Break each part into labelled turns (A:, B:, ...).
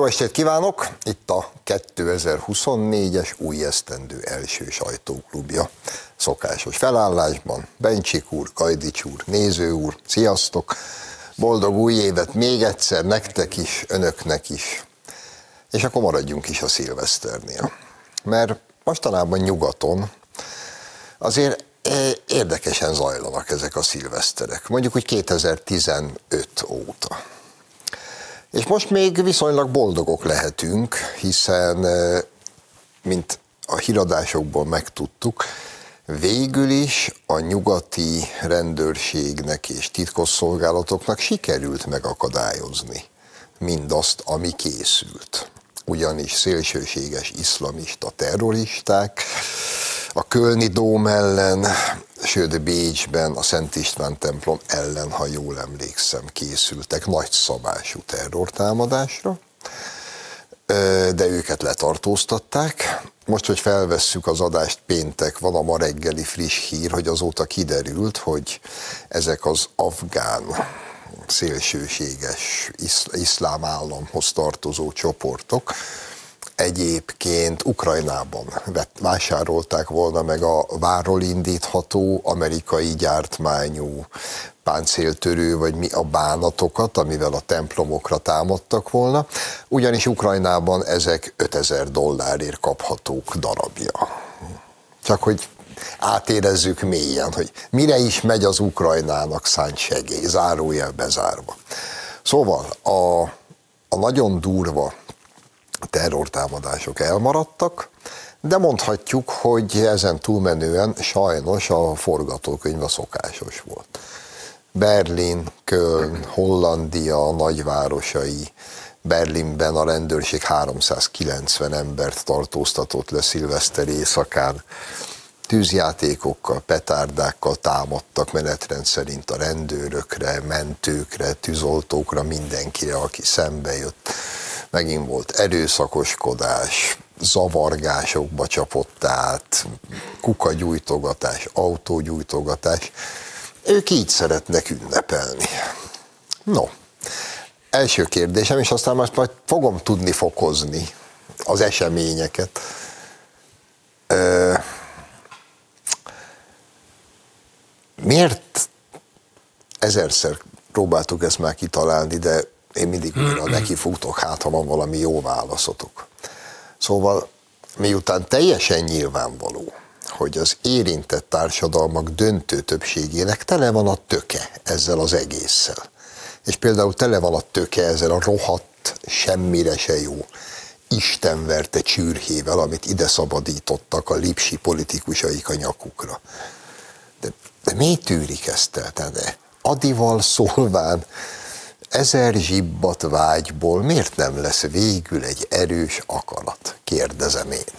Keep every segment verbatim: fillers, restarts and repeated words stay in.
A: estét kívánok! Itt a kétezer-huszonnégyes új esztendő első sajtóklubja. Szokásos felállásban. Bencsik úr, Gajdics úr, Néző úr, sziasztok! Boldog új évet még egyszer nektek is, önöknek is. És akkor maradjunk is a szilveszternél. Mert mostanában nyugaton azért érdekesen zajlanak ezek a szilveszterek. Mondjuk úgy kétezer-tizenöt óta. És most még viszonylag boldogok lehetünk, hiszen, mint a híradásokból megtudtuk, végül is a nyugati rendőrségnek és titkosszolgálatoknak sikerült megakadályozni mindazt, ami készült. Ugyanis szélsőséges iszlamista terroristák a Kölni dóm ellen, sőt Bécsben a Szent István templom ellen, ha jól emlékszem, készültek nagyszabású terrortámadásra, de őket letartóztatták. Most, hogy felvesszük az adást, péntek van, a ma reggeli friss hír, hogy azóta kiderült, hogy ezek az afgán szélsőséges iszlám államhoz tartozó csoportok egyébként Ukrajnában vett, vásárolták volna meg a váról indítható amerikai gyártmányú páncéltörő, vagy mi a bánatokat, amivel a templomokra támadtak volna, ugyanis Ukrajnában ezek ötezer dollárért kaphatók darabja. Csak hogy átérezzük mélyen, hogy mire is megy az Ukrajnának szánt segély, zárójel bezárva. Szóval a, a nagyon durva terrortámadások elmaradtak, de mondhatjuk, hogy ezen túlmenően sajnos a forgatókönyv a szokásos volt. Berlin, Köln, Hollandia nagyvárosai, Berlinben a rendőrség háromszázkilencven embert tartóztatott le szilveszter éjszakán, tűzjátékokkal, petárdákkal támadtak menetrend szerint a rendőrökre, mentőkre, tűzoltókra, mindenkire, aki szembe jött. Megint volt erőszakoskodás, zavargásokba csapott át, kukagyújtogatás, autógyújtogatás. Ők így szeretnek ünnepelni. No, első kérdésem, és aztán most majd fogom tudni fokozni az eseményeket. Ö, miért ezerszer próbáltuk ezt már kitalálni, de én mindig újra nekifúgtok, hát ha van valami jó válaszotok. Szóval miután teljesen nyilvánvaló, hogy az érintett társadalmak döntő többségének tele van a töke ezzel az egésszel. És például tele van a töke ezzel a rohadt, semmire se jó, istenverte csürhével, amit ide szabadítottak a lipsi politikusaik a nyakukra. De, de miért tűrik ezt el? De Adival szólván, ezer zsibbat vágyból miért nem lesz végül egy erős akarat? Kérdezem én.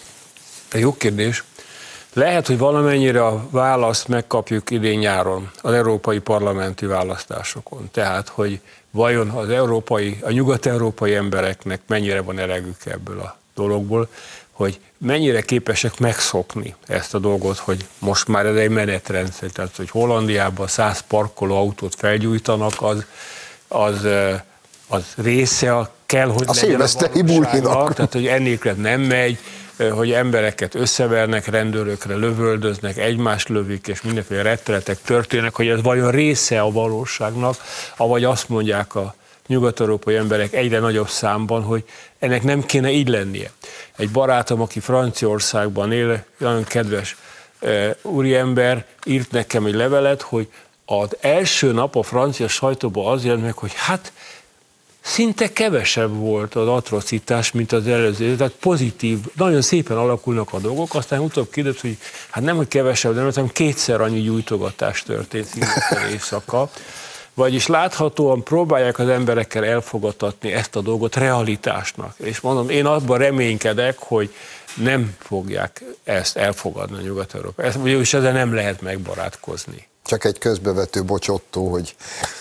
B: Jó kérdés. Lehet, hogy valamennyire a választ megkapjuk idén nyáron az európai parlamenti választásokon. Tehát, hogy vajon az európai, a nyugat-európai embereknek mennyire van elegük ebből a dologból, hogy mennyire képesek megszokni ezt a dolgot, hogy most már ez egy menetrendszer, tehát, hogy Hollandiában száz parkoló autót felgyújtanak, az az, az része kell, hogy
A: a szilveszteri bulinak.
B: Tehát, hogy ennélkül nem megy, hogy embereket összevernek, rendőrökre lövöldöznek, egymást lövik, és mindenféle rettenetek történnek, hogy ez vajon része a valóságnak, avagy azt mondják a nyugat-európai emberek egyre nagyobb számban, hogy ennek nem kéne így lennie. Egy barátom, aki Franciaországban él, nagyon kedves uh, úriember, írt nekem egy levelet, hogy az első nap a francia sajtóban az jelent meg, hogy hát szinte kevesebb volt az atrocitás, mint az előző, tehát pozitív, nagyon szépen alakulnak a dolgok, aztán utóbb kiderült, hogy hát nem, hogy kevesebb, de hanem kétszer annyi gyújtogatás történt szilveszter éjszaka. Vagyis láthatóan próbálják az emberekkel elfogadtatni ezt a dolgot realitásnak. És mondom, én abban reménykedek, hogy nem fogják ezt elfogadni a Nyugat-Európa. És ezzel nem lehet megbarátkozni.
A: Csak egy közbevető bocsottó, hogy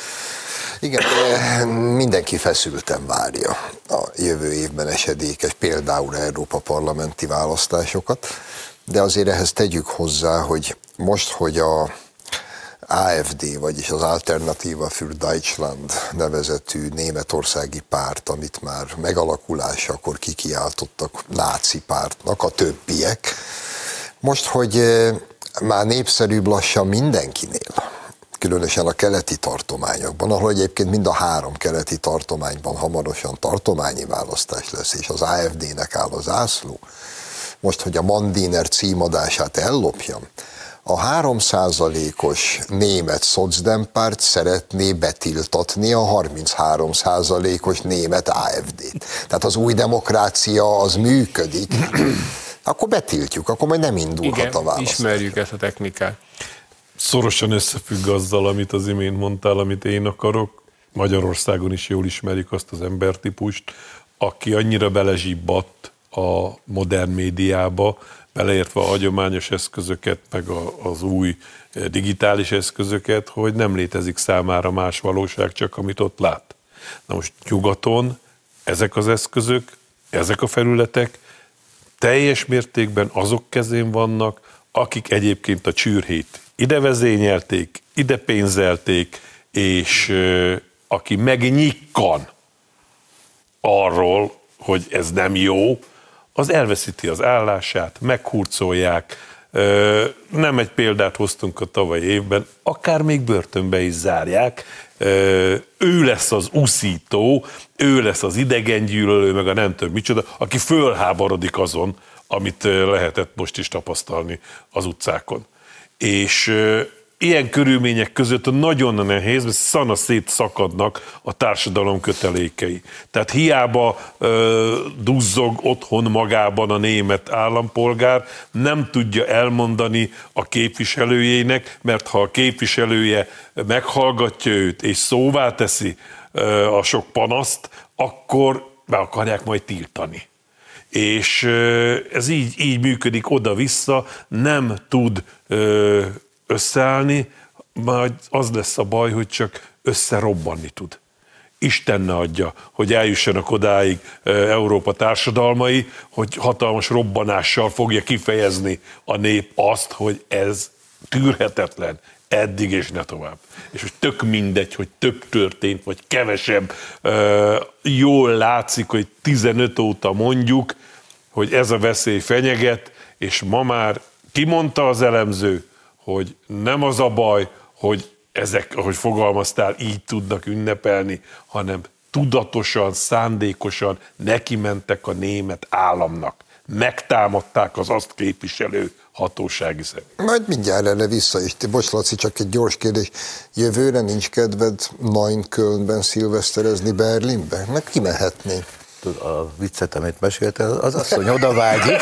A: igen, mindenki feszülten várja a jövő évben esedékes, például Európa parlamenti választásokat, de azért ehhez tegyük hozzá, hogy most, hogy a á ef dé, vagyis az Alternativa für Deutschland nevezetű németországi párt, amit már megalakulásakor kikiáltottak náci pártnak, a többiek. Most, hogy már népszerűbb lassan mindenkinél, különösen a keleti tartományokban, ahol egyébként mind a három keleti tartományban hamarosan tartományi választás lesz, és az á ef dé-nek áll az zászló. Most, hogy a Mandiner címadását ellopjam, a három százalékos német szocdempárt szeretné betiltatni a harminchárom százalékos német á ef dét. Tehát az új demokrácia az működik, akkor betiltjuk, akkor majd nem indulhat
B: igen,
A: a választás.
B: Ismerjük ezt a technikát.
C: Szorosan összefügg azzal, amit az imént mondtál, amit én akarok. Magyarországon is jól ismerik azt az embertípust, aki annyira belezsibbadt a modern médiába, beleértve a hagyományos eszközöket, meg a, az új digitális eszközöket, hogy nem létezik számára más valóság, csak amit ott lát. Na most nyugaton ezek az eszközök, ezek a felületek teljes mértékben azok kezén vannak, akik egyébként a csürhét ide vezényelték, ide pénzelték, és ö, aki megnyikkan arról, hogy ez nem jó, az elveszíti az állását, meghurcolják. Ö, nem egy példát hoztunk a tavalyi évben, akár még börtönbe is zárják. Ö, ő lesz az uszító, ő lesz az idegengyűlölő, meg a nem tudom micsoda, aki fölháborodik azon, amit lehetett most is tapasztalni az utcákon. És ö, ilyen körülmények között nagyon nehéz, mert szana szétszakadnak a társadalom kötelékei. Tehát hiába ö, duzzog otthon magában a német állampolgár, nem tudja elmondani a képviselőjének, mert ha a képviselője meghallgatja őt és szóvá teszi ö, a sok panaszt, akkor be akarják majd tiltani. És ö, ez így, így működik oda-vissza, nem tud ö, összeállni, majd az lesz a baj, hogy csak összerobbanni tud. Isten ne adja, hogy eljussanak odáig Európa társadalmai, hogy hatalmas robbanással fogja kifejezni a nép azt, hogy ez tűrhetetlen, eddig és ne tovább. És hogy tök mindegy, hogy több történt, vagy kevesebb. Jól látszik, hogy tizenöt óta mondjuk, hogy ez a veszély fenyeget, és ma már kimondta az elemző, hogy nem az a baj, hogy ezek, ahogy fogalmaztál, így tudnak ünnepelni, hanem tudatosan, szándékosan nekimentek a német államnak. Megtámadták az azt képviselő hatósági személyt.
A: Majd mindjárt erre vissza is. Bocs, Laci, csak egy gyors kérdés. Jövőre nincs kedved Neuköllnben szilveszterezni Berlinbe? Meg kimehetnénk.
D: A viccet, amit meséltél, az asszony oda vágyik.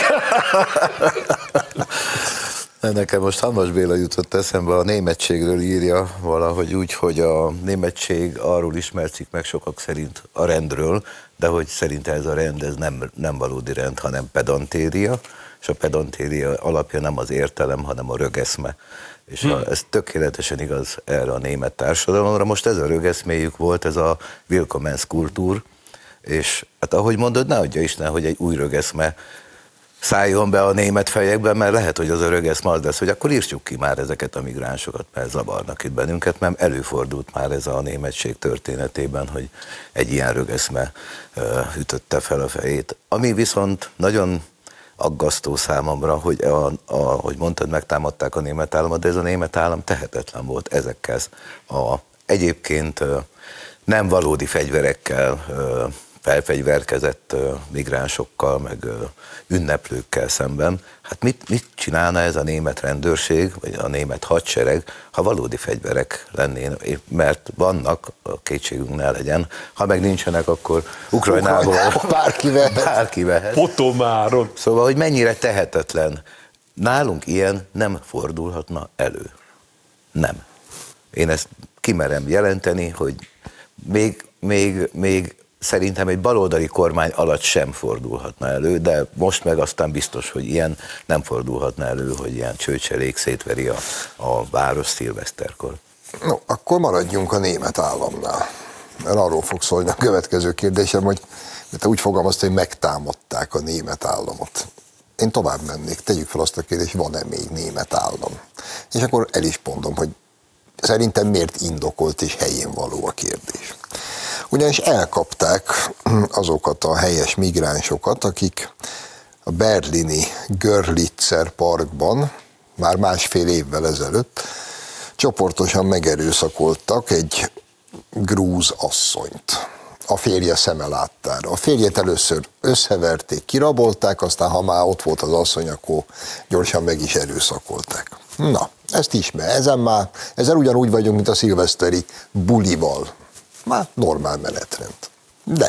D: Nekem most Hamvas Béla jutott eszembe, a németségről írja valahogy úgy, hogy a németség arról ismertszik meg sokak szerint a rendről, de hogy szerint ez a rend ez nem, nem valódi rend, hanem pedantéria, és a pedantéria alapja nem az értelem, hanem a rögeszme. És a, ez tökéletesen igaz erre a német társadalomra. Most ez a rögeszméjük volt, ez a Willkommenskultúr, és hát ahogy mondod, ne adja Isten, hogy egy új rögeszme szálljon be a német fejekben, mert lehet, hogy az a rögeszme az lesz, hogy akkor írtsuk ki már ezeket a migránsokat, mert zavarnak itt bennünket, mert előfordult már ez a németség történetében, hogy egy ilyen rögeszme ütötte fel a fejét. Ami viszont nagyon aggasztó számomra, hogy a, a, ahogy mondtad, megtámadták a német államot, de ez a német állam tehetetlen volt ezekkel a egyébként nem valódi fegyverekkel felfegyverkezett migránsokkal, meg ünneplőkkel szemben. Hát mit, mit csinálna ez a német rendőrség, vagy a német hadsereg, ha valódi fegyverek lennének, mert vannak, a kétségünk ne legyen, ha meg nincsenek, akkor Ukrajnából
A: bárki vehet.
D: Bárki vehet.
C: Potomáron.
D: Szóval, hogy mennyire tehetetlen. Nálunk ilyen nem fordulhatna elő. Nem. Én ezt kimerem jelenteni, hogy még, még, még szerintem egy baloldali kormány alatt sem fordulhatna elő, de most meg aztán biztos, hogy ilyen nem fordulhatna elő, hogy ilyen csőcselék szétveri a, a város szilveszterkor.
A: No, akkor maradjunk a német államnál. Mert arról fog szólni a következő kérdésem, hogy te úgy fogalmaztad, hogy megtámadták a német államot. Én tovább mennék, tegyük fel azt a kérdést, van-e még német állam? És akkor el is mondom, hogy szerintem miért indokolt és helyén való a kérdés. Ugyanis elkapták azokat a helyes migránsokat, akik a berlini Görlitzer parkban már másfél évvel ezelőtt csoportosan megerőszakoltak egy grúz asszonyt a férje szeme láttára. A férjet először összeverték, kirabolták, aztán ha már ott volt az asszony, akkor gyorsan meg is erőszakolták. Na, ezt ismer, ezen már, ezzel ugyanúgy vagyunk, mint a szilveszteri bulival. Már normál menetrend. De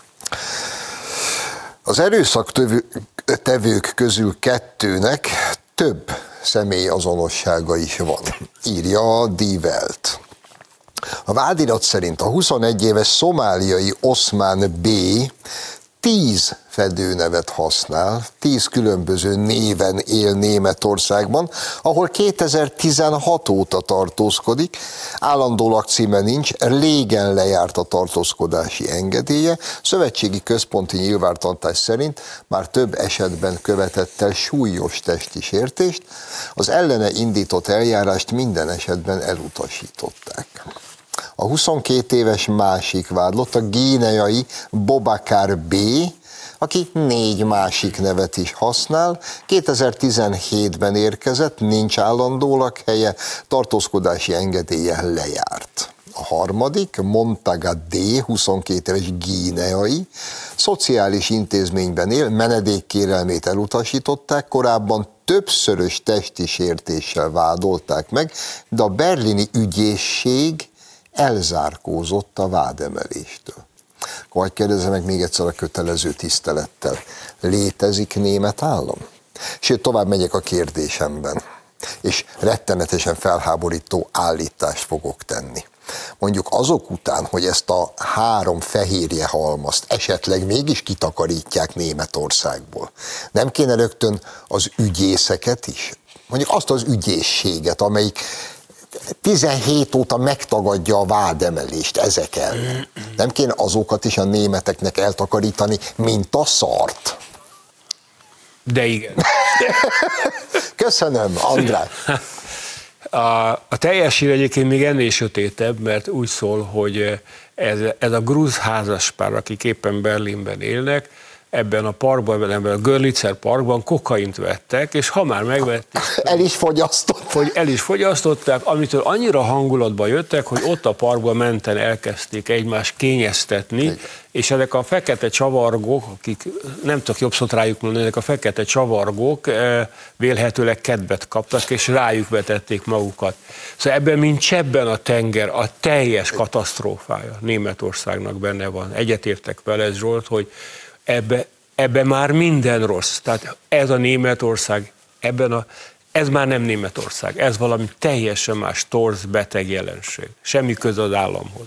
A: az erőszaktevők közül kettőnek több személy azonossága is van, írja a Die Welt. A vádirat szerint a huszonegy éves szomáliai Oszmán B. tíz fedőnevet használ, tíz különböző néven él Németországban, ahol kétezer-tizenhat óta tartózkodik, állandó lakcíme nincs, régen lejárt a tartózkodási engedélye, szövetségi központi nyilvántartás szerint már több esetben követett el súlyos testi sértést, az ellene indított eljárást minden esetben elutasították. A huszonkét éves másik vádlott, a guineai Bobakar B., aki négy másik nevet is használ, kétezer-tizenhétben érkezett, nincs állandó lakhelye, tartózkodási engedélye lejárt. A harmadik, Montaga D., huszonkét éves guineai, szociális intézményben él, menedékkérelmét elutasították, korábban többszörös testi sértéssel vádolták meg, de a berlini ügyészség elzárkózott a vádemeléstől. Vagy kérdezem meg még egyszer a kötelező tisztelettel. Létezik német állam? Sőt, tovább megyek a kérdésemben, és rettenetesen felháborító állítást fogok tenni. Mondjuk azok után, hogy ezt a három fehérje halmazt esetleg mégis kitakarítják Németországból, nem kéne rögtön az ügyészeket is? Mondjuk azt az ügyészséget, amelyik tizenhét óta megtagadja a vádemelést ezek ellen. Nem kéne azokat is a németeknek eltakarítani, mint a szart?
B: De igen.
A: Köszönöm, András.
B: A, a teljes hír egyébként még ennél sötétebb, mert úgy szól, hogy ez, ez a grúz házaspár, akik éppen Berlinben élnek, ebben a parkban, ebben a Görlitzer parkban kokaint vettek, és ha már megvették,
A: el is fogyasztották.
B: Hogy el is fogyasztották, amitől annyira hangulatba jöttek, hogy ott a parkban menten elkezdték egymást kényeztetni, igen. És ezek a fekete csavargók, akik nem tudok jobb szót rájuk mondani, ezek a fekete csavargók vélhetőleg kedvet kaptak, és rájuk vetették magukat. Szóval ebben, mint csebben a tenger, a teljes katasztrófája Németországnak benne van. Egyetértek vele, Zsolt, hogy Ebbe, ebbe már minden rossz. Tehát ez a Németország, ebben a, ez már nem Németország, ez valami teljesen más, torz, beteg jelenség. Semmi köze az államhoz.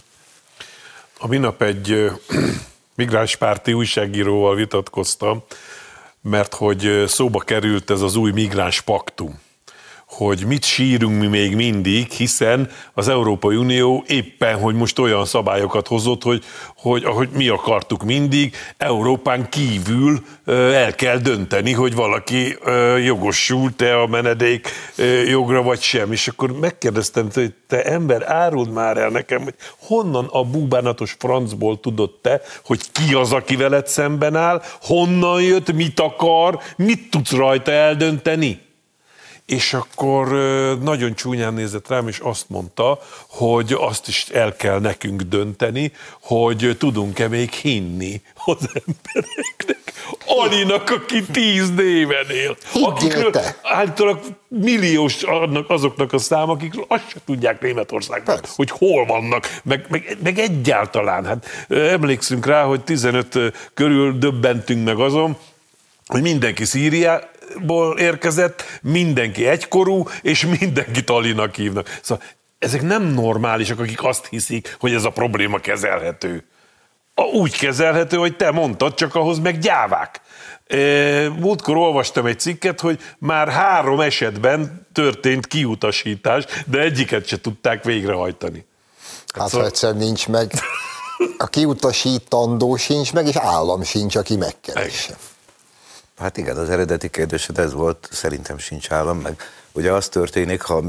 C: A minap egy migránspárti újságíróval vitatkoztam, mert hogy szóba került ez az új migráns paktum, hogy mit sírunk mi még mindig, hiszen az Európai Unió éppen, hogy most olyan szabályokat hozott, hogy, hogy ahogy mi akartuk mindig, Európán kívül el kell dönteni, hogy valaki jogosult-e a menedék jogra, vagy sem. És akkor megkérdeztem, hogy te ember, áruld már el nekem, hogy honnan a búbánatos francból tudod te, hogy ki az, aki veled szemben áll, honnan jött, mit akar, mit tudsz rajta eldönteni? És akkor nagyon csúnyán nézett rám, és azt mondta, hogy azt is el kell nekünk dönteni, hogy tudunk-e még hinni az embereknek. Alinak, aki tíz néven él. Akikről állítólag milliós azoknak a szám, akikről azt se tudják Németországban, persze, hogy hol vannak, meg, meg, meg egyáltalán. Hát emlékszünk rá, hogy tizenöt körül döbbentünk meg azon, hogy mindenki Szíriából érkezett, mindenki egykorú, és mindenkit Alinak hívnak. Szóval ezek nem normálisak, akik azt hiszik, hogy ez a probléma kezelhető. Úgy kezelhető, hogy te mondtad, csak ahhoz meg gyávák. Múltkor olvastam egy cikket, hogy már három esetben történt kiutasítás, de egyiket se tudták végrehajtani.
A: Hát szóval... ha egyszer nincs meg, a kiutasítandó sincs meg, és állam sincs, aki megkeresse.
D: Hát igen, az eredeti kérdésed ez volt, szerintem sincs állam, meg ugye az történik, ha még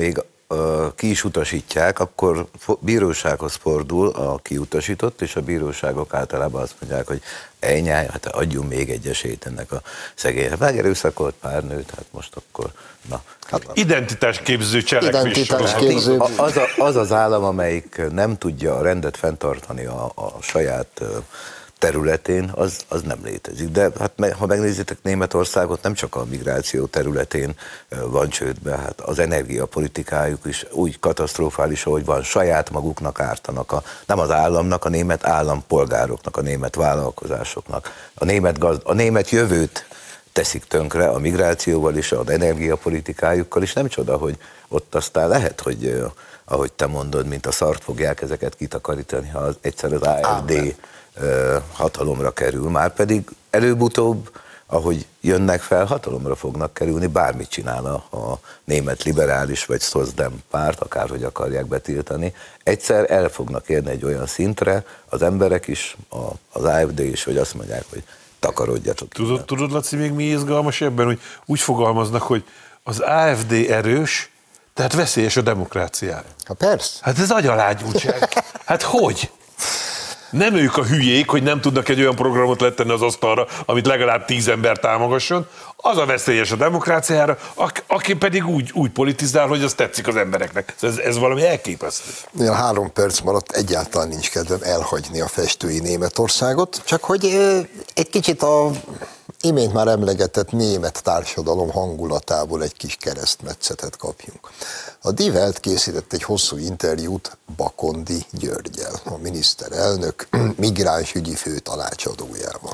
D: ki is utasítják, akkor bírósághoz fordul a kiutasított, és a bíróságok általában azt mondják, hogy ennyi, hát adjunk még egy esélyt ennek a szegénynek. Megerőszakolt pár nőt, hát most akkor, na.
C: Hát, identitásképző cselekvés.
A: Identitásképző.
D: Az, a, az az állam, amelyik nem tudja a rendet fenntartani a, a saját területén, az, az nem létezik. De hát ha megnézitek Németországot, nem csak a migráció területén van csődben, hát az energiapolitikájuk is úgy katasztrofális, ahogy van, saját maguknak ártanak, a, nem az államnak, a német állampolgároknak, a német vállalkozásoknak, a német, gazd, a német jövőt teszik tönkre a migrációval és az energiapolitikájukkal, és nem csoda, hogy ott aztán lehet, hogy ahogy te mondod, mint a szart fogják ezeket kitakarítani, ha az, egyszer az á ef dé hatalomra kerül, már pedig előbb-utóbb, ahogy jönnek fel, hatalomra fognak kerülni, bármit csinál a, a német liberális vagy szozdem párt, akárhogy akarják betiltani, egyszer el fognak érni egy olyan szintre, az emberek is, a, az á ef dé is, hogy azt mondják, hogy takarodjatok.
C: Tudod, tudod, Laci, még mi izgalmas ebben, hogy úgy fogalmaznak, hogy az á ef dé erős, tehát veszélyes a demokráciára.
A: Ha persze.
C: Hát ez agyalágyultság. Hát hogy? Nem ők a hülyék, hogy nem tudnak egy olyan programot letenni az asztalra, amit legalább tíz ember támogasson, az a veszélyes a demokráciára, aki pedig úgy, úgy politizál, hogy az tetszik az embereknek. Ez, ez valami elképesztő.
A: A három perc maradt, egyáltalán nincs kedvem elhagyni a festői Németországot, csak hogy egy kicsit a imént már emlegetett német társadalom hangulatából egy kis keresztmetszetet kapjunk. A Die Welt készített egy hosszú interjút Bakondi Györggyel, a miniszterelnök migránsügyi főtanácsadójával.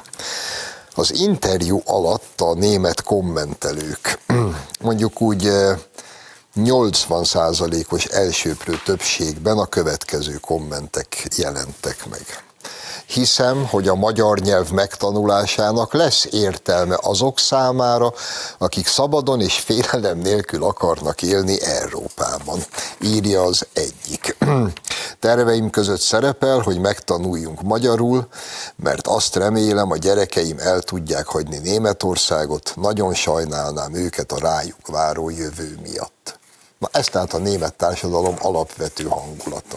A: Az interjú alatt a német kommentelők mondjuk úgy nyolcvan százalékos elsöprő többségben a következő kommentek jelentek meg. Hiszem, hogy a magyar nyelv megtanulásának lesz értelme azok számára, akik szabadon és félelem nélkül akarnak élni Európában, írja az egyik. Terveim között szerepel, hogy megtanuljunk magyarul, mert azt remélem, a gyerekeim el tudják hagyni Németországot, nagyon sajnálnám őket a rájuk váró jövő miatt. Na, ez tehát a német társadalom alapvető hangulata.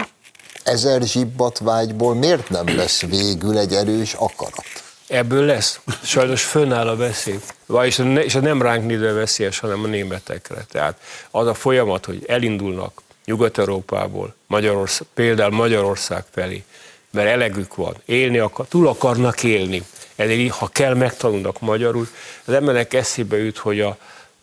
A: Ezer zsibbatvágyból miért nem lesz végül egy erős akarat?
B: Ebből lesz. Sajnos fönnáll a veszély. És ez nem ránk nézve veszélyes, hanem a németekre. Tehát az a folyamat, hogy elindulnak Nyugat-Európából, Magyarország, például Magyarország felé, mert elegük van, élni akar, túl akarnak élni. Ezért, ha kell, megtanulnak magyarul. Az embernek eszébe jut, hogy a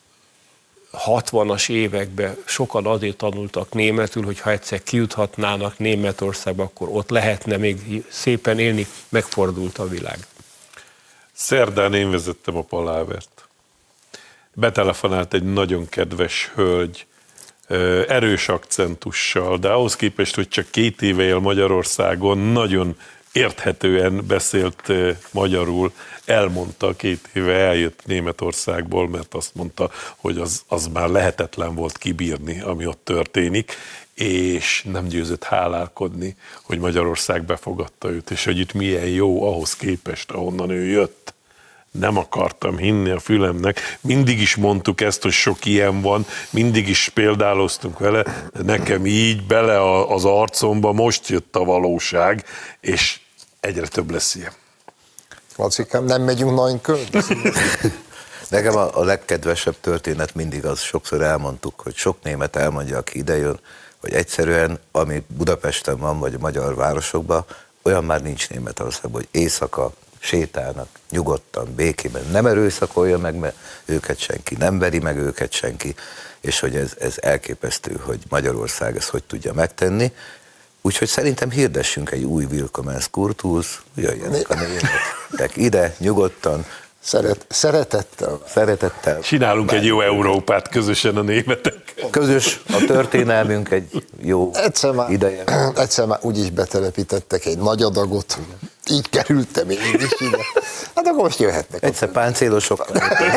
B: hatvanas években sokan azért tanultak németül, hogy ha egyszer kijuthatnának Németországba, akkor ott lehetne még szépen élni, megfordult a világ.
C: Szerdán én vezettem a palávert. Betelefonált egy nagyon kedves hölgy, erős akcentussal, de ahhoz képest, hogy csak két éve él Magyarországon, nagyon érthetően beszélt magyarul, elmondta, két éve eljött Németországból, mert azt mondta, hogy az, az már lehetetlen volt kibírni, ami ott történik, és nem győzött hálálkodni, hogy Magyarország befogadta őt, és hogy itt milyen jó ahhoz képest, ahonnan ő jött. Nem akartam hinni a fülemnek, mindig is mondtuk ezt, hogy sok ilyen van, mindig is példáloztunk vele, de nekem így bele az arcomba most jött a valóság, és egyre több lesz ilyen.
A: Lacikám, nem megyünk Nagykönyvbe?
D: Nekem a, a legkedvesebb történet mindig az, sokszor elmondtuk, hogy sok német elmondja, aki idejön, hogy egyszerűen, ami Budapesten van, vagy a magyar városokban, olyan már nincs Németországban, hogy éjszaka sétálnak nyugodtan, békében, nem erőszakolja meg, mert őket senki, nem veri meg őket senki, és hogy ez, ez elképesztő, hogy Magyarország ezt hogy tudja megtenni. Úgyhogy szerintem hirdessünk egy új Willkommenskultus, jöjjenek a németek ide, nyugodtan.
A: Szeret, szeretettel.
D: Szeretettel.
C: Csinálunk egy jó Európát közösen a németek.
D: Közös a történelmünk egy jó
A: egyszer már,
D: ideje.
A: Egyszer már úgy is betelepítettek egy nagy adagot, így kerültem én is ide. Hát akkor most jöhetnek.
D: Egyszer páncélosok.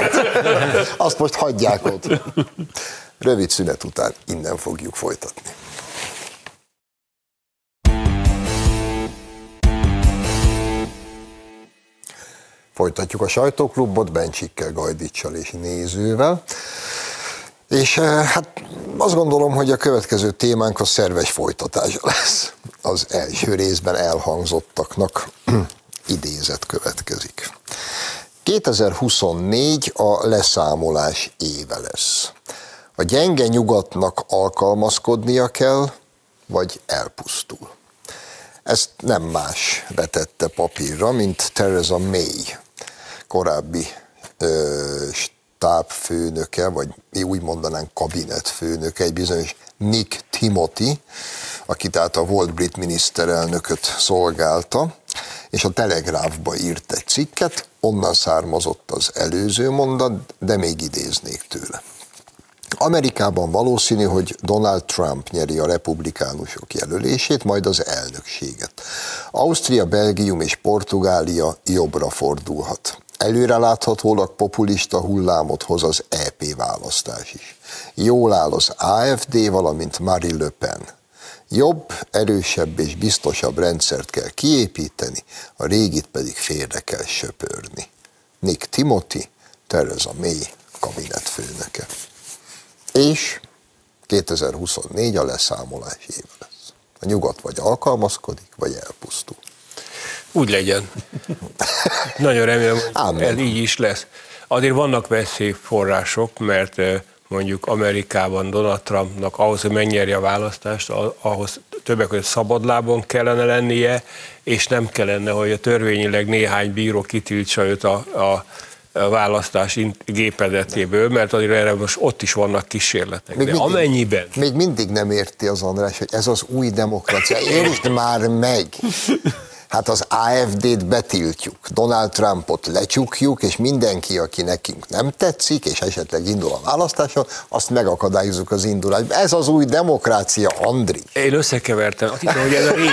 A: Azt most hagyják ott. Rövid szünet után innen fogjuk folytatni. Folytatjuk a sajtóklubot Bencsikkel, Gajdicsal és Nézővel. És hát azt gondolom, hogy a következő témánk a szerves folytatása lesz. Az első részben elhangzottaknak idézet következik. kétezer-huszonnégy a leszámolás éve lesz. A gyenge nyugatnak alkalmazkodnia kell, vagy elpusztul. Ezt nem más vetette papírra, mint Theresa May, korábbi ö, stábfőnöke, vagy mi úgy mondanánk kabinetfőnöke, egy bizonyos Nick Timothy, aki tehát a volt brit miniszterelnököt szolgálta, és a Telegráfba írt egy cikket, onnan származott az előző mondat, de még idéznék tőle. Amerikában valószínű, hogy Donald Trump nyeri a republikánusok jelölését, majd az elnökséget. Ausztria, Belgium és Portugália jobbra fordulhat. Előreláthatólag populista hullámot hoz az é pé választás is. Jól áll az á ef dé, valamint Marine Le Pen. Jobb, erősebb és biztosabb rendszert kell kiépíteni, a régit pedig félre kell söpörni. Nick Timothy, Theresa May kabinetfőnöke. És kétezer-huszonnégy a leszámolás éve lesz. A nyugat vagy alkalmazkodik, vagy elpusztul.
B: Úgy legyen. Nagyon remélem, hogy
A: Amen.
B: Ez így is lesz. Azért vannak veszélyforrások, mert mondjuk Amerikában Donald Trumpnak ahhoz, hogy megnyerje a választást, ahhoz többek között szabadlábon kellene lennie, és nem kellene, hogy a törvényileg néhány bíró kitiltsa őt a, a a választás gépezetéből, mert azért erre most ott is vannak kísérletek.
A: Még
B: de
A: mindig,
B: amennyiben...
A: Még mindig nem érti az András, hogy ez az új demokrácia. Értsd már meg! Hát az á ef dét betiltjuk, Donald Trumpot lecsukjuk, és mindenki, aki nekünk nem tetszik, és esetleg indul a választáson, azt megakadályozzuk az indulásban. Ez az új demokrácia, Andri.
B: Én összekevertem. Azt hittem, hogy ez a régi.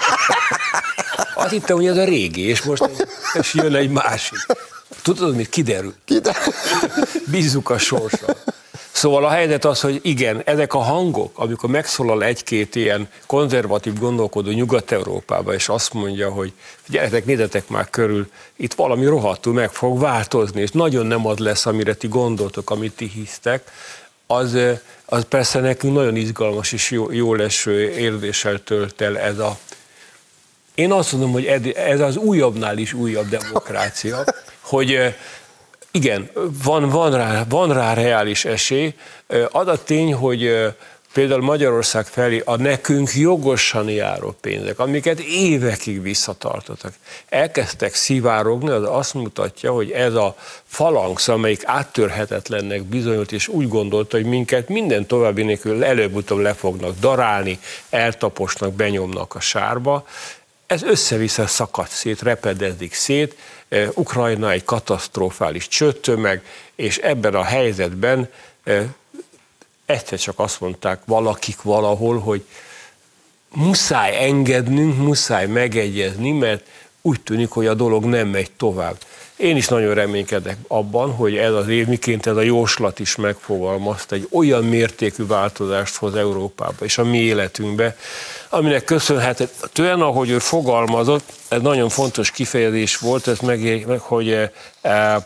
B: Azt hittem, hogy ez a régi, és most egy, és jön egy másik. Tudod, mit kiderül?
A: Kiderül.
B: Bízzuk a sorsra. Szóval a helyzet az, hogy igen, ezek a hangok, amikor megszólal egy-két ilyen konzervatív gondolkodó Nyugat-Európában, és azt mondja, hogy gyertek, nézzetek már körül, itt valami rohadtul meg fog változni, és nagyon nem az lesz, amire ti gondoltok, amit ti hisztek, az, az persze nekünk nagyon izgalmas és jó, jó leső érzéssel tölt el ez a... Én azt mondom, hogy ez az újabbnál is újabb demokrácia, hogy igen, van, van, rá, van rá reális esély. Az a tény, hogy például Magyarország felé a nekünk jogosan járó pénzek, amiket évekig visszatartottak, elkezdtek szivárogni, az azt mutatja, hogy ez a falanx, amelyik áttörhetetlennek bizonyult, és úgy gondolta, hogy minket minden további nélkül előbb-utóbb le fognak darálni, eltaposnak, benyomnak a sárba, ez össze-vissza szakad szét, repedezik szét, Ukrajna egy katasztrofális csőtömeg, és ebben a helyzetben egyszer csak azt mondták valakik valahol, hogy muszáj engednünk, muszáj megegyezni, mert úgy tűnik, hogy a dolog nem megy tovább. Én is nagyon reménykedek abban, hogy ez az év, miként ez a jóslat is megfogalmazta, egy olyan mértékű változást hoz Európába és a mi életünkbe, aminek köszönhetően, ahogy ő fogalmazott, ez nagyon fontos kifejezés volt, ez meg, hogy e, e,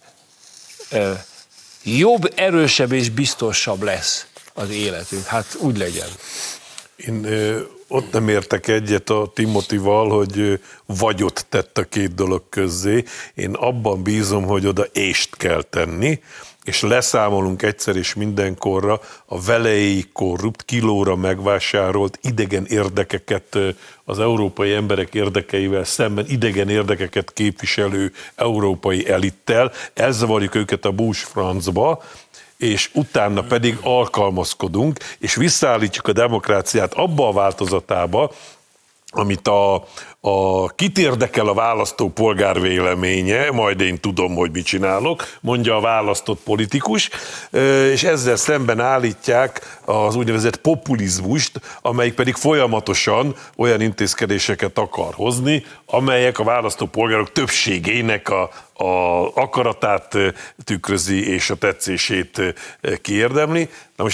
B: e, jobb, erősebb és biztosabb lesz az életünk. Hát úgy legyen.
C: Én ö, ott nem értek egyet a Timothyval, hogy ö, vagyot tett a két dolog közzé. Én abban bízom, hogy oda ést kell tenni, és leszámolunk egyszer és mindenkorra a velejéig korrupt, kilóra megvásárolt idegen érdekeket, az európai emberek érdekeivel szemben idegen érdekeket képviselő európai elittel, elzavarjuk őket a Bush francba, és utána pedig alkalmazkodunk, és visszaállítjuk a demokráciát abba a változatába, amit a, a kit érdekel a választó polgár véleménye, majd én tudom, hogy mit csinálok, mondja a választott politikus, és ezzel szemben állítják az úgynevezett populizmust, amelyik pedig folyamatosan olyan intézkedéseket akar hozni, amelyek a választó polgárok többségének a, a akaratát tükrözi és a tetszését kiérdemli. Na most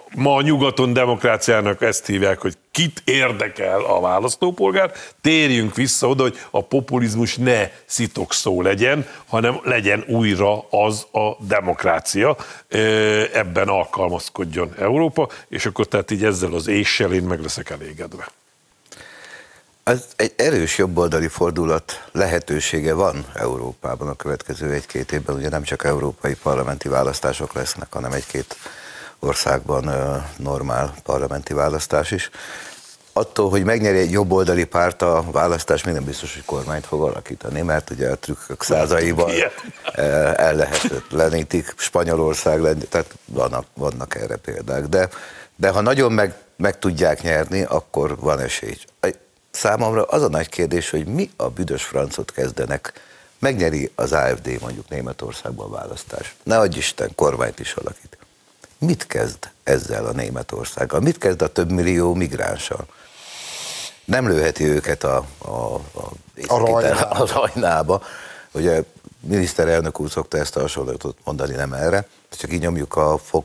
C: ma nyugaton demokráciának ezt hívják, hogy kit érdekel a választópolgár, térjünk vissza oda, hogy a populizmus ne szitokszó legyen, hanem legyen újra az a demokrácia, ebben alkalmazkodjon Európa, és akkor tehát így ezzel az éssel én meg leszek elégedve.
D: Ez egy erős jobboldali fordulat lehetősége van Európában a következő egy-két évben, ugye nem csak európai parlamenti választások lesznek, hanem egy-két országban normál parlamenti választás is. Attól, hogy megnyeri egy jobboldali párt a választás, még nem biztos, hogy kormányt fog alakítani, mert ugye a trükkök százaiban ellehetetlenítik Spanyolország, tehát vannak, vannak erre példák. De, de ha nagyon meg, meg tudják nyerni, akkor van esély. Számomra az a nagy kérdés, hogy mi a büdös francot kezdenek, megnyeri az á ef dé mondjuk Németországban a választás. Ne adj Isten, kormányt is alakít. Mit kezd ezzel a Németországgal? Mit kezd a több millió migránssal? Nem lőheti őket a, a, a,
A: a, rajnába.
D: a rajnába. Ugye miniszterelnök úr szokta ezt a hasonlatot mondani, nem erre, csak így nyomjuk a fog,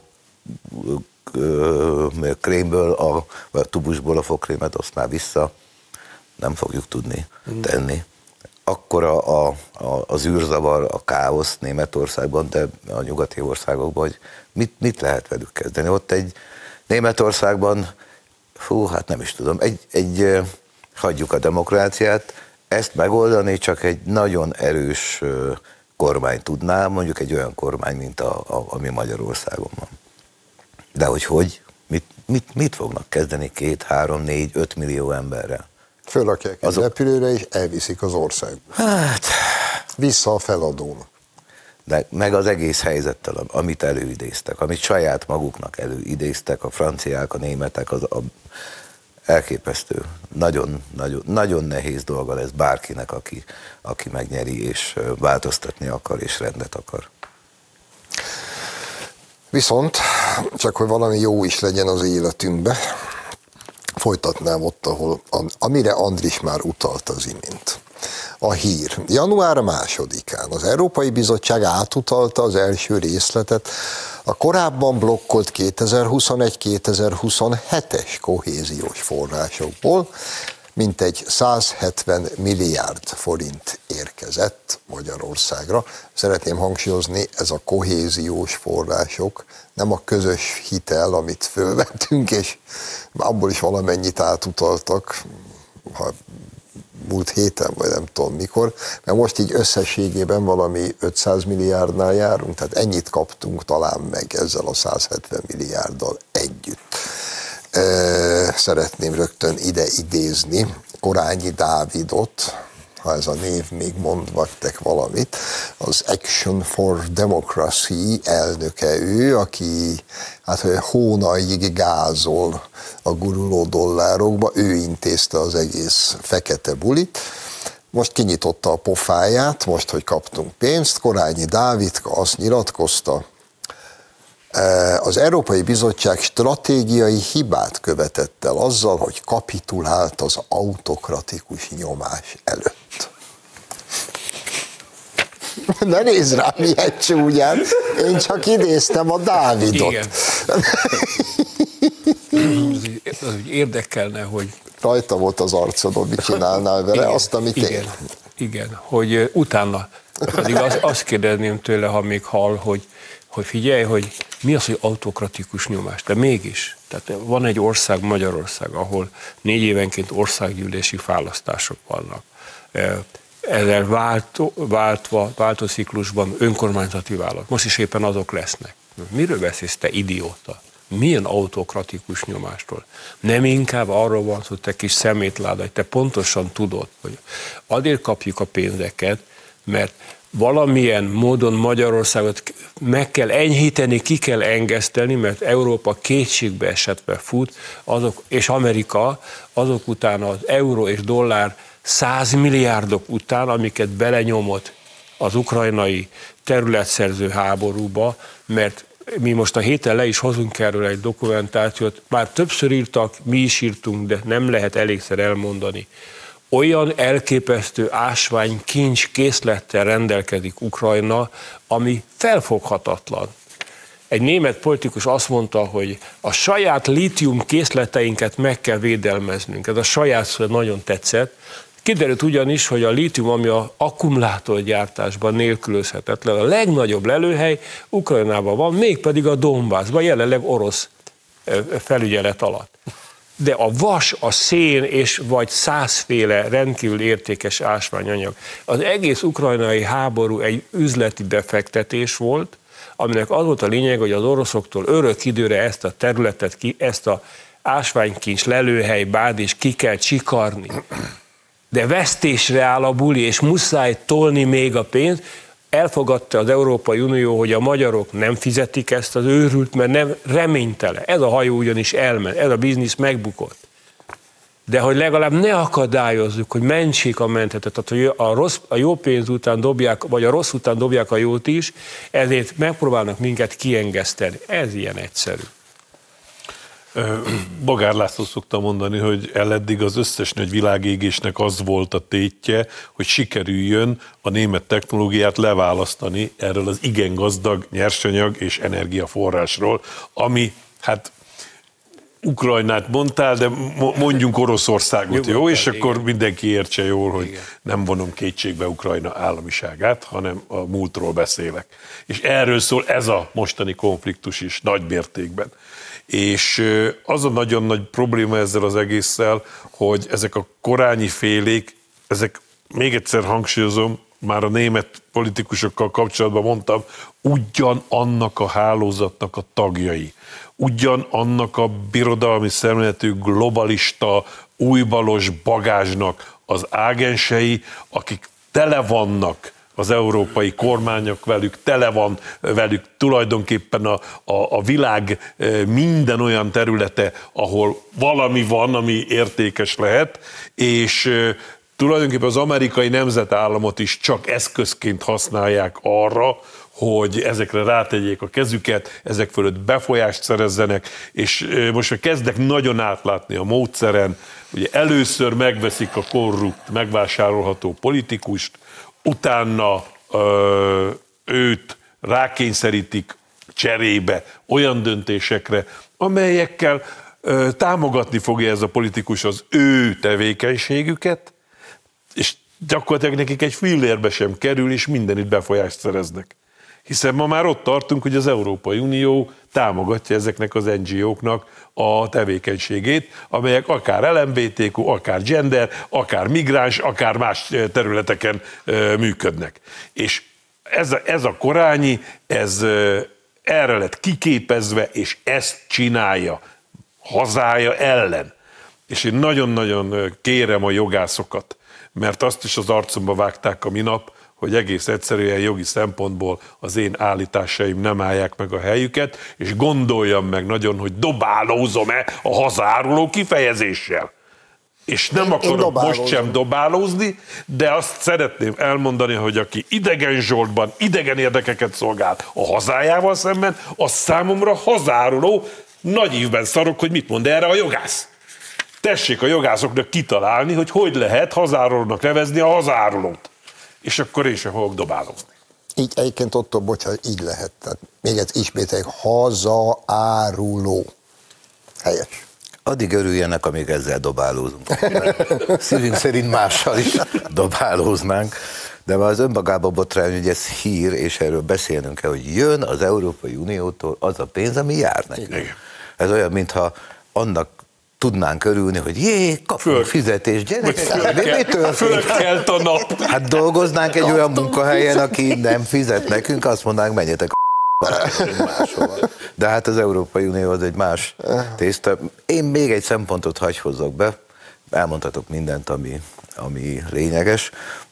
D: krémből, a, a tubusból a fogkrémet, azt már vissza nem fogjuk tudni tenni. Akkora a, a, az űrzavar, a káosz Németországban, de a nyugati országokban, hogy mit, mit lehet velük kezdeni. Ott egy Németországban, fú, hát nem is tudom, egy, egy hagyjuk a demokráciát, ezt megoldani csak egy nagyon erős kormány tudná, mondjuk egy olyan kormány, mint a, a, ami Magyarországon van. De hogy hogy? Mit, mit, mit fognak kezdeni két, három, négy, öt millió emberrel?
A: Fölrakják egy Azok... repülőre, és elviszik az országba. Hát... Vissza a feladónak.
D: De meg az egész helyzettel, amit előidéztek, amit saját maguknak előidéztek, a franciák, a németek, az a elképesztő. Nagyon, nagyon, nagyon nehéz dolga lesz bárkinek, aki, aki megnyeri, és változtatni akar, és rendet akar.
A: Viszont, csak hogy valami jó is legyen az életünkbe, folytatnám ott, ahol, amire Andris már utalt az imént. A hír. január másodikán az Európai Bizottság átutalta az első részletet a korábban blokkolt kétezer-huszonegy kétezer-huszonhetes kohéziós forrásokból, mintegy százhetven milliárd forint érkezett Magyarországra. Szeretném hangsúlyozni, ez a kohéziós források, nem a közös hitel, amit fölvettünk, és abból is valamennyit átutaltak, ha múlt héten, vagy nem tudom mikor, mert most így összességében valami ötszáz milliárdnál járunk, tehát ennyit kaptunk talán meg ezzel a százhetven milliárddal együtt. Szeretném rögtön ide idézni Korányi Dávidot, ha ez a név még mond nektek valamit, az Action for Democracy elnöke ő, aki hát hónaig gázol a guruló dollárokba, ő intézte az egész fekete bulit. Most kinyitotta a pofáját, most, hogy kaptunk pénzt, Korányi Dávidka azt nyilatkozta, az Európai Bizottság stratégiai hibát követett el azzal, hogy kapitulált az autokratikus nyomás előtt. Ne nézz rá, milyen csúnyán, én csak idéztem a Dávidot.
B: Igen. Az úgy érdekelne, hogy...
A: Rajta volt az arcodon, mit csinálnál vele, igen, azt, amit
B: igen,
A: én.
B: Igen, hogy utána, pedig azt, azt kérdezném tőle, ha még hall, hogy hogy figyelj, hogy mi az, hogy autokratikus nyomás, de mégis. Tehát van egy ország, Magyarország, ahol négy évenként országgyűlési választások vannak. Ezzel váltó, váltva, váltóciklusban önkormányzati választások. Most is éppen azok lesznek. Miről beszélsz, te idióta? Milyen autokratikus nyomástól? Nem inkább arról van szó, hogy te kis szemétláda, hogy te pontosan tudod, hogy azért kapjuk a pénzeket, mert valamilyen módon Magyarországot meg kell enyhíteni, ki kell engeszteni, mert Európa kétségbe esetve fut, azok, és Amerika azok után az euró és dollár száz milliárdok után, amiket belenyomott az ukrajnai területszerző háborúba, mert mi most a héten le is hozunk erről egy dokumentációt, már többször írtak, mi is írtunk, de nem lehet elégszer elmondani. Olyan elképesztő ásvány kincs készlettel rendelkezik Ukrajna, ami felfoghatatlan. egy német politikus azt mondta, hogy a saját lítium készleteinket meg kell védelmeznünk. Ez a saját szó nagyon tetszett. Kiderült ugyanis, hogy a lítium, ami a akkumulátorgyártásban nélkülözhetetlen, a legnagyobb lelőhely Ukrajnában van, mégpedig a Donbassban, jelenleg orosz felügyelet alatt. De a vas, a szén és vagy százféle rendkívül értékes ásványanyag. Az egész ukrajnai háború egy üzleti befektetés volt, aminek az volt a lényeg, hogy az oroszoktól örök időre ezt a területet, ezt a ásványkincs lelőhely bázist ki kell csikarni. De vesztésre áll a buli, és muszáj tolni még a pénzt. Elfogadta az Európai Unió, hogy a magyarok nem fizetik ezt az őrült, mert nem reménytelen. Ez a hajó ugyanis elment, ez a biznisz megbukott. De hogy legalább ne akadályozzuk, hogy mentsék a menthetet, tehát hogy a, rossz, a jó pénz után dobják, vagy a rossz után dobják a jót is, ezért megpróbálnak minket kiengeszteni. Ez ilyen egyszerű.
C: Bogár László szokta mondani, hogy eleddig az összes nagy világégésnek az volt a tétje, hogy sikerüljön a német technológiát leválasztani erről az igen gazdag nyersanyag és energiaforrásról, ami hát Ukrajnát mondtál, de mondjunk Oroszországot, jó? És igen. Akkor mindenki értse jól, hogy igen. Nem vonom kétségbe Ukrajna államiságát, hanem a múltról beszélek. És erről szól ez a mostani konfliktus is nagy mértékben. És az a nagyon nagy probléma ezzel az egésszel, hogy ezek a korányi félék, ezek, még egyszer hangsúlyozom, már a német politikusokkal kapcsolatban mondtam, ugyanannak a hálózatnak a tagjai, ugyanannak a birodalmi szemléletű globalista, újbalos bagázsnak az ágensei, akik tele vannak az európai kormányok velük, tele van velük tulajdonképpen a, a, a világ minden olyan területe, ahol valami van, ami értékes lehet, és tulajdonképpen az amerikai nemzetállamot is csak eszközként használják arra, hogy ezekre rátegyék a kezüket, ezek fölött befolyást szerezzenek, és most már kezdek nagyon átlátni a módszeren, ugye először megveszik a korrupt, megvásárolható politikust, utána ö, őt rákényszerítik cserébe olyan döntésekre, amelyekkel ö, támogatni fogja ez a politikus az ő tevékenységüket, és gyakorlatilag nekik egy fillérbe sem kerül, és mindenütt befolyást szereznek. Hiszen ma már ott tartunk, hogy az Európai Unió támogatja ezeknek az en gé óknak a tevékenységét, amelyek akár el em bé té kú, akár gender, akár migráns, akár más területeken működnek. És ez a, ez a korányi, ez erre lett kiképezve, és ezt csinálja hazája ellen. És én nagyon-nagyon kérem a jogászokat, mert azt is az arcomba vágták a minap, hogy egész egyszerűen jogi szempontból az én állításaim nem állják meg a helyüket, és gondoljam meg nagyon, hogy dobálózom-e a hazáruló kifejezéssel. És nem én, akarok én most sem dobálózni, de azt szeretném elmondani, hogy aki idegen zsoltban idegen érdekeket szolgál a hazájával szemben, az számomra hazáruló, nagy ívben szarok, hogy mit mond erre a jogász. Tessék a jogászoknak kitalálni, hogy hogy lehet hazárulónak nevezni a hazárulót. És akkor én sem fogok dobálózni.
A: Így egyébként ott, bocsánat, így lehet. Tehát még egy ismételjük, hazaáruló. Helyes.
D: Addig örüljenek, amíg ezzel dobálózunk. Szívünk szerint mással is dobálóznánk. De már az önmagában botrány, hogy ez hír, és erről beszélnünk kell, hogy jön az Európai Uniótól az a pénz, ami jár nekünk. Igen. Ez olyan, mintha annak tudnánk örülni, hogy jé, kapunk fizetést, gyerekek,
C: fölkelt a nap.
D: Hát dolgoznánk egy olyan munkahelyen, aki nem fizet nekünk, azt mondanánk, menjetek a máshova. De hát az Európai Unió az egy más tészta. Én még egy szempontot hagy hozzak be, elmondhatok mindent, ami, ami lényeges.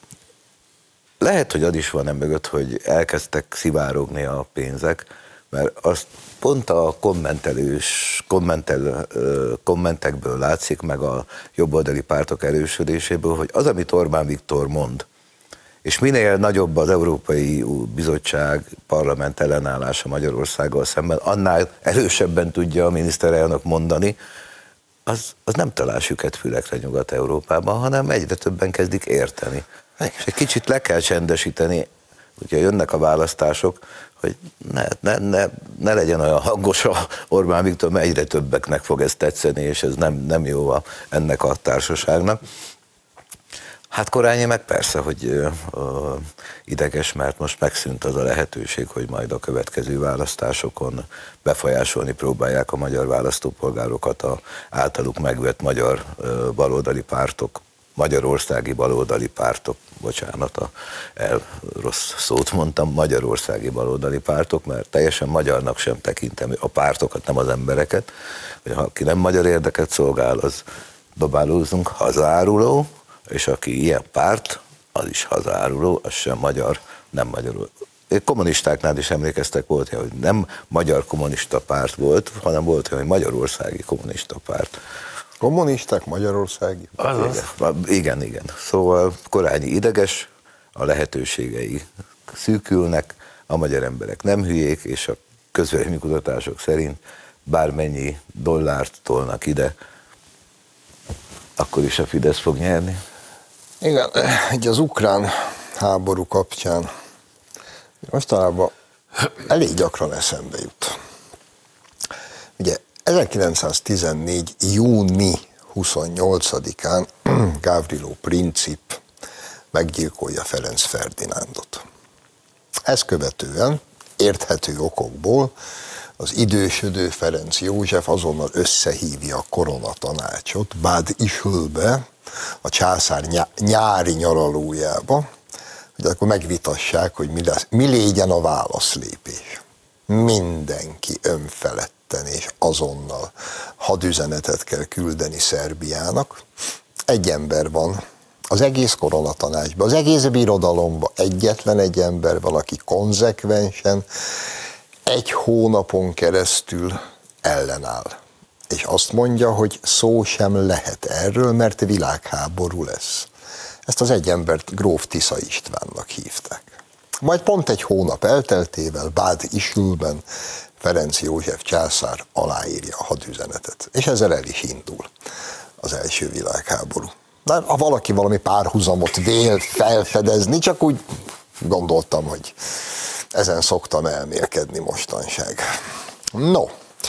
D: Lehet, hogy az is van emögött, hogy elkezdtek szivárogni a pénzek, mert azt pont a kommentelős, kommentel, kommentekből látszik, meg a jobboldali pártok erősödéséből, hogy az, amit Orbán Viktor mond, és minél nagyobb az Európai Bizottság parlament ellenállása Magyarországgal szemben, annál erősebben tudja a miniszterelnök mondani, az, az nem talál süket fülekre Nyugat-Európában, hanem egyre többen kezdik érteni. És egy kicsit le kell csendesíteni. hogyha jönnek a választások, hogy ne, ne, ne, ne legyen olyan hangos a Orbán Viktor, mert egyre többeknek fog ez tetszeni, és ez nem, nem jó a, ennek a társaságnak. Hát Korányi meg persze, hogy ö, ö, ideges, mert most megszűnt az a lehetőség, hogy majd a következő választásokon befolyásolni próbálják a magyar választópolgárokat a általuk megvett magyar ö, baloldali pártok, magyarországi baloldali pártok, bocsánat, a el, rossz szót mondtam, magyarországi baloldali pártok, mert teljesen magyarnak sem tekintem a pártokat, nem az embereket, hogy ha aki nem magyar érdeket szolgál, az dobálózunk, hazáruló, és aki ilyen párt, az is hazáruló, az sem magyar, nem magyarul. Kommunistáknál is emlékeztek, volt, hogy nem magyar kommunista párt volt, hanem volt, hogy magyarországi kommunista párt.
A: Kommunisták, magyarországi?
D: Igen, igen, igen. Szóval Korányi ideges, a lehetőségei szűkülnek, a magyar emberek nem hülyék, és a közvéleménykutatások szerint bármennyi dollárt tolnak ide, akkor is a Fidesz fog nyerni.
A: Igen, így az ukrán háború kapcsán mostanában elég gyakran eszembe jut. Ugye ezerkilencszáztizennégy. június huszonnyolcadikán Gavrilo Princip meggyilkolja Ferenc Ferdinándot. Ezt követően érthető okokból az idősödő Ferenc József azonnal összehívja a koronatanácsot Bád Ischlbe, a császár nyári nyaralójába, hogy akkor megvitassák, hogy mi, lesz, mi légyen a válaszlépés. Mindenki önfeledten és azonnal hadüzenetet kell küldeni Szerbiának. Egy ember van az egész koronatanácsban, az egész birodalomban egyetlen egy ember van, aki konzekvensen egy hónapon keresztül ellenáll. És azt mondja, hogy szó sem lehet erről, mert világháború lesz. Ezt az egy embert gróf Tisza Istvánnak hívták. Majd pont egy hónap elteltével Bád Ischlben Ferenc József császár aláírja a hadüzenetet. És ezzel el is indul az első világháború. De ha valaki valami párhuzamot vél felfedezni, csak úgy gondoltam, hogy ezen szoktam elmélkedni mostanság. No,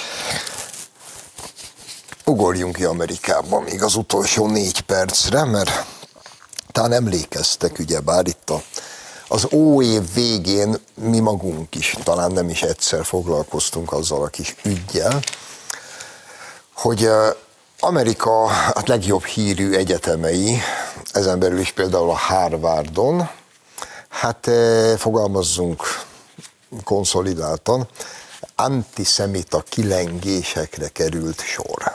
A: ugorjunk ki Amerikába még az utolsó négy percre, mert talán emlékeztek, ugyebár itt a, az óév végén mi magunk is, talán nem is egyszer foglalkoztunk azzal a kis üggyel, hogy Amerika hát legjobb hírű egyetemei, ezen belül is például a Harvardon, hát fogalmazzunk konszolidáltan, antiszemita kilengésekre került sor.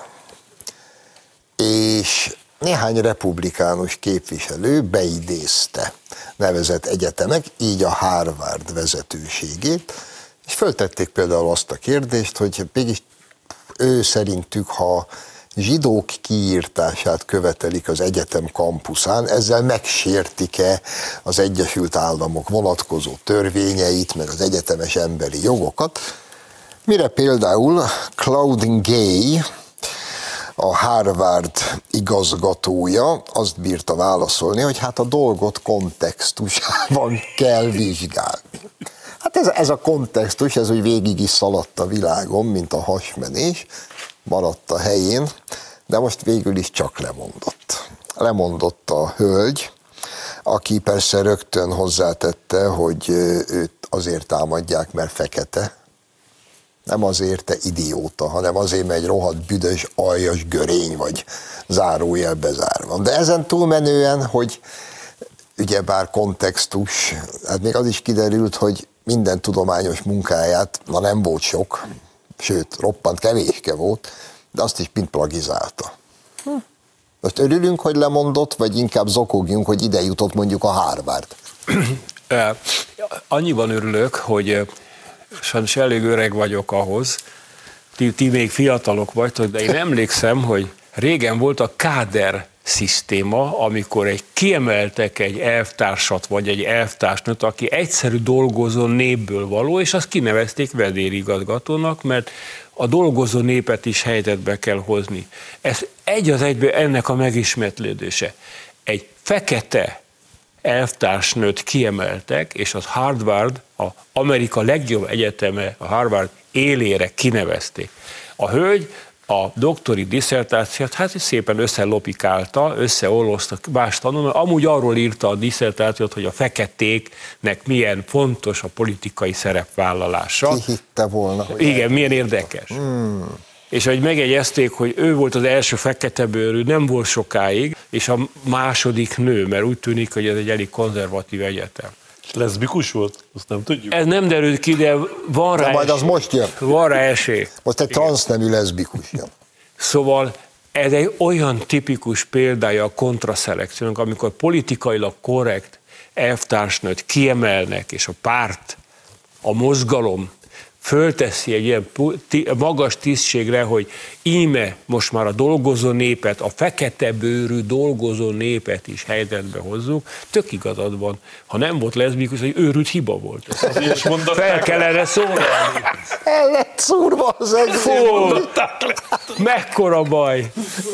A: És néhány republikánus képviselő beidézte nevezett egyetemek, így a Harvard vezetőségét, és föltették például azt a kérdést, hogy mégis ő szerintük, ha zsidók kiírtását követelik az egyetem kampuszán, ezzel megsértik-e az Egyesült Államok vonatkozó törvényeit, meg az egyetemes emberi jogokat, mire például Claudine Gay, a Harvard igazgatója azt bírta válaszolni, hogy hát a dolgot kontextusában kell vizsgálni. Hát ez, ez a kontextus, ez úgy végig is szaladt a világon, mint a hasmenés, maradt a helyén, de most végül is csak lemondott. Lemondott a hölgy, aki persze rögtön hozzátette, hogy őt azért támadják, mert fekete. Nem azért, te idióta, hanem azért, mert egy rohadt büdös, aljas görény vagy, zárójel bezárva. De ezen túlmenően, hogy ugyebár kontextus, hát még az is kiderült, hogy minden tudományos munkáját, na nem volt sok, sőt, roppant kevéske volt, de azt is mind plagizálta. Hm. Most örülünk, hogy lemondott, vagy inkább zokogjunk, hogy ide jutott mondjuk a Harvard?
B: Annyiban örülök, hogy sajnos elég öreg vagyok ahhoz, ti, ti még fiatalok vagytok, de én emlékszem, hogy régen volt a káder szisztéma, amikor egy kiemeltek egy elvtársat, vagy egy elvtársnőt, aki egyszerű dolgozó népből való, és azt kinevezték vezérigazgatónak, mert a dolgozó népet is helyzetbe kell hozni. Ez egy az egyben ennek a megismétlődése. Egy fekete elvtársnőt kiemeltek, és az Harvard, az Amerika legjobb egyeteme, a Harvard élére kinevezték. A hölgy a doktori disszertációt hát szépen összelopikálta, összeolvaszta más tanulmány, amúgy arról írta a disszertációt, hogy a feketéknek milyen fontos a politikai szerepvállalása.
A: Ki hitte volna, hogy
B: igen, milyen érdekes. Hmm. És ahogy megjegyezték, hogy ő volt az első feketebőrű, nem volt sokáig, és a második nő, mert úgy tűnik, hogy ez egy elég konzervatív egyetem.
C: És leszbikus volt? Azt nem tudjuk.
B: Ez nem derült ki, de van rá
A: de majd
B: esély.
A: az most jön.
B: Van rá esély.
A: Most egy transznemű leszbikus jön.
B: Szóval ez egy olyan tipikus példája a kontraszelekciónak, amikor politikailag korrekt elvtársnőt kiemelnek, és a párt, a mozgalom fölteszi egy ilyen magas tisztségre, hogy íme most már a dolgozó népet, a fekete bőrű dolgozó népet is helyzetbe hozzuk, tök igazad van. Ha nem volt leszbikus, egy őrült hiba volt. Fel kellene szólalni.
A: El lett szúrva az egész.
B: Mekkora baj.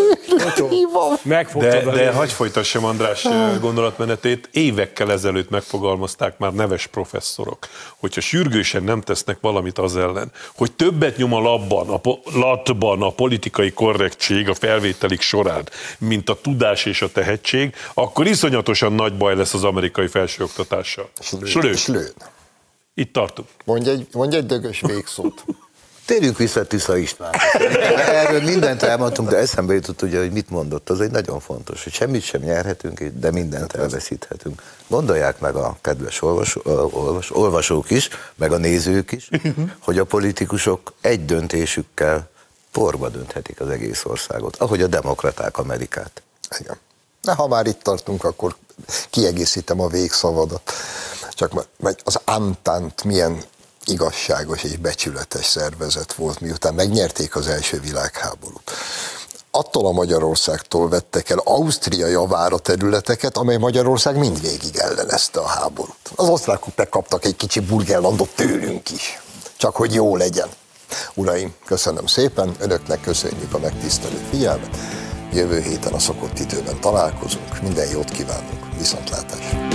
C: De, de hagyj folytassam András gondolatmenetét. Évekkel ezelőtt megfogalmazták már neves professzorok, hogyha sürgősen nem tesznek valamit az ellen, hogy többet nyom a labban, a po- latban a politikai korrektség a felvételik során, mint a tudás és a tehetség, akkor iszonyatosan nagy baj lesz az amerikai felsőoktatással. Slőd.
A: Slőd.
C: Itt tartunk.
A: Mondj egy, mondj egy dögös végszót.
D: Térjünk vissza Tisza István. Erről mindent elmondtunk, de eszembe jutott ugye, hogy mit mondott. Az egy nagyon fontos, hogy semmit sem nyerhetünk, de mindent elveszíthetünk. Gondolják meg a kedves olvasó, olvas, olvasók is, meg a nézők is, hogy a politikusok egy döntésükkel porba dönthetik az egész országot, ahogy a demokraták Amerikát.
A: Igen. De ha már itt tartunk, akkor kiegészítem a végszavadat. Csak az Antant milyen igazságos és becsületes szervezet volt, miután megnyerték az első világháborút. Attól a Magyarországtól vettek el Ausztria javára területeket, amely Magyarország mindvégig ellenezte a háborút. Az osztrákok megkaptak egy kicsi burgerlandot tőlünk is, csak hogy jó legyen. Uraim, köszönöm szépen, önöknek köszönjük a megtisztelő figyelmet. Jövő héten a szokott időben találkozunk, minden jót kívánunk, viszontlátásra!